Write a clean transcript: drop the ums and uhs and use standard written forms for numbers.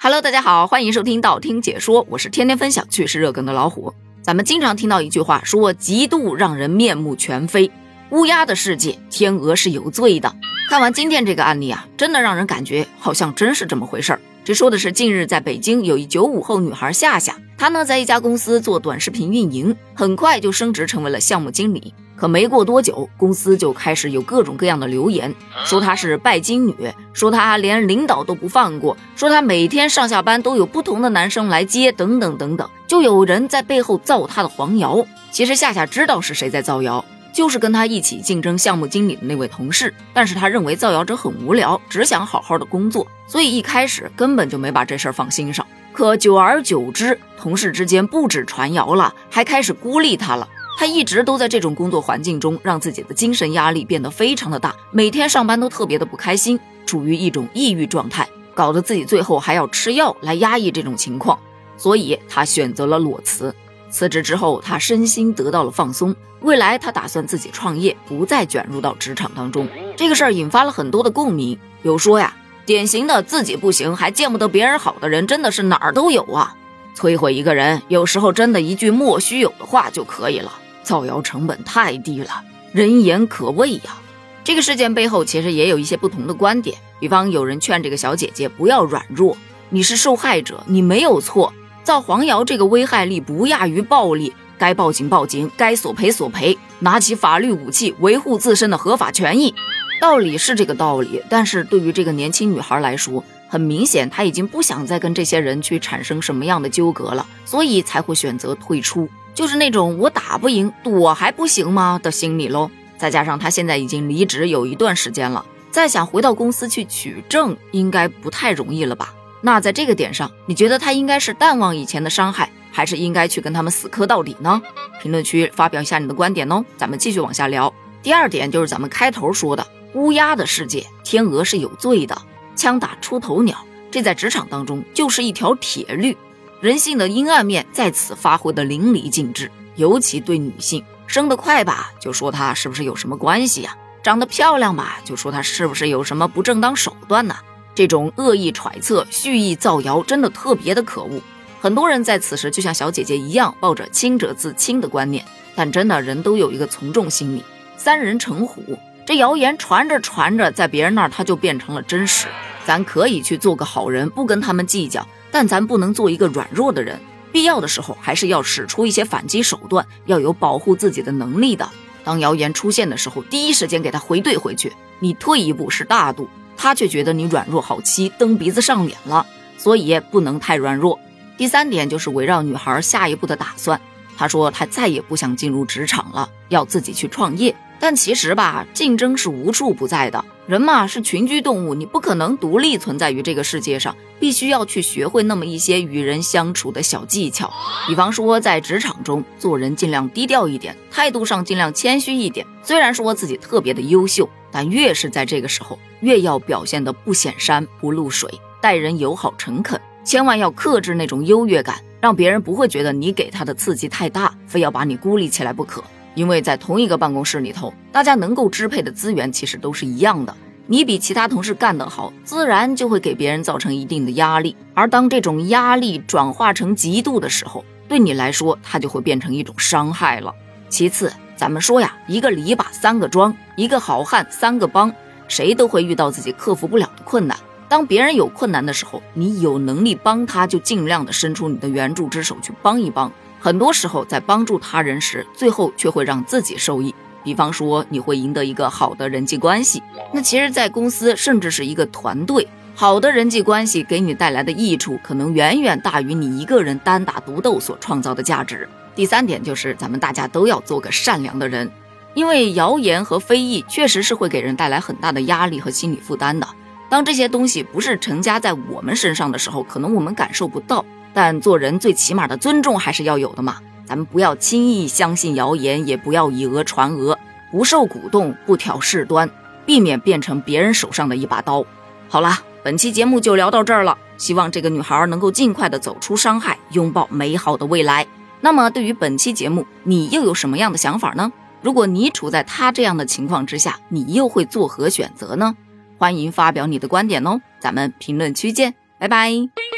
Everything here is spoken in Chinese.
Hello， 大家好，欢迎收听道听解说，我是天天分享趣事热梗的老虎。咱们经常听到一句话说，嫉妒让人面目全非，乌鸦的世界，天鹅是有罪的。看完今天这个案例啊，真的让人感觉好像真是这么回事儿。这说的是近日在北京有一95后女孩夏夏，她呢在一家公司做短视频运营，很快就升职成为了项目经理。可没过多久，公司就开始有各种各样的流言，说她是拜金女，说她连领导都不放过，说她每天上下班都有不同的男生来接，等等等等，就有人在背后造她的黄谣。其实夏夏知道是谁在造谣，就是跟他一起竞争项目经理的那位同事，但是他认为造谣者很无聊，只想好好的工作，所以一开始根本就没把这事儿放心上。可久而久之，同事之间不止传谣了，还开始孤立他了。他一直都在这种工作环境中，让自己的精神压力变得非常的大，每天上班都特别的不开心，处于一种抑郁状态，搞得自己最后还要吃药来压抑这种情况。所以他选择了裸辞。辞职之后，他身心得到了放松，未来他打算自己创业，不再卷入到职场当中。这个事儿引发了很多的共鸣，有说呀，典型的自己不行还见不得别人好的人真的是哪儿都有啊。摧毁一个人，有时候真的一句莫须有的话就可以了，造谣成本太低了，人言可畏呀。这个事件背后其实也有一些不同的观点，比方有人劝这个小姐姐不要软弱，你是受害者，你没有错，造黄谣这个危害力不亚于暴力，该报警报警，该索赔索赔，拿起法律武器维护自身的合法权益。道理是这个道理，但是对于这个年轻女孩来说，很明显她已经不想再跟这些人去产生什么样的纠葛了，所以才会选择退出，就是那种我打不赢躲还不行吗的心理咯。再加上她现在已经离职有一段时间了，再想回到公司去取证应该不太容易了吧。那在这个点上，你觉得他应该是淡忘以前的伤害，还是应该去跟他们死磕到底呢？评论区发表一下你的观点哦，咱们继续往下聊。第二点就是咱们开头说的，乌鸦的世界，天鹅是有罪的，枪打出头鸟，这在职场当中就是一条铁律，人性的阴暗面在此发挥的淋漓尽致，尤其对女性，生得快吧，就说她是不是有什么关系啊？长得漂亮吧，就说她是不是有什么不正当手段呢？这种恶意揣测、蓄意造谣真的特别的可恶。很多人在此时就像小姐姐一样，抱着清者自清的观念，但真的人都有一个从众心理，三人成虎，这谣言传着传着，在别人那儿它就变成了真实。咱可以去做个好人，不跟他们计较，但咱不能做一个软弱的人，必要的时候还是要使出一些反击手段，要有保护自己的能力的。当谣言出现的时候，第一时间给他回怼回去，你退一步是大度，他却觉得你软弱好欺，蹬鼻子上脸了，所以不能太软弱。第三点就是围绕女孩下一步的打算，她说她再也不想进入职场了，要自己去创业。但其实吧，竞争是无处不在的，人嘛是群居动物，你不可能独立存在于这个世界上，必须要去学会那么一些与人相处的小技巧。比方说在职场中做人尽量低调一点，态度上尽量谦虚一点，虽然说自己特别的优秀，但越是在这个时候，越要表现得不显山不露水，待人友好诚恳，千万要克制那种优越感，让别人不会觉得你给他的刺激太大，非要把你孤立起来不可。因为在同一个办公室里头，大家能够支配的资源其实都是一样的，你比其他同事干得好，自然就会给别人造成一定的压力，而当这种压力转化成嫉妒的时候，对你来说它就会变成一种伤害了。其次，咱们说呀，一个篱笆三个桩，一个好汉三个帮，谁都会遇到自己克服不了的困难。当别人有困难的时候，你有能力帮他，就尽量的伸出你的援助之手去帮一帮。很多时候在帮助他人时，最后却会让自己受益。比方说你会赢得一个好的人际关系，那其实在公司甚至是一个团队，好的人际关系给你带来的益处可能远远大于你一个人单打独斗所创造的价值。第三点就是咱们大家都要做个善良的人，因为谣言和非议确实是会给人带来很大的压力和心理负担的。当这些东西不是承加在我们身上的时候，可能我们感受不到，但做人最起码的尊重还是要有的嘛。咱们不要轻易相信谣言，也不要以讹传讹，不受鼓动，不挑事端，避免变成别人手上的一把刀。好啦，本期节目就聊到这儿了，希望这个女孩能够尽快的走出伤害，拥抱美好的未来。那么对于本期节目，你又有什么样的想法呢？如果你处在她这样的情况之下，你又会作何选择呢？欢迎发表你的观点哦，咱们评论区见，拜拜。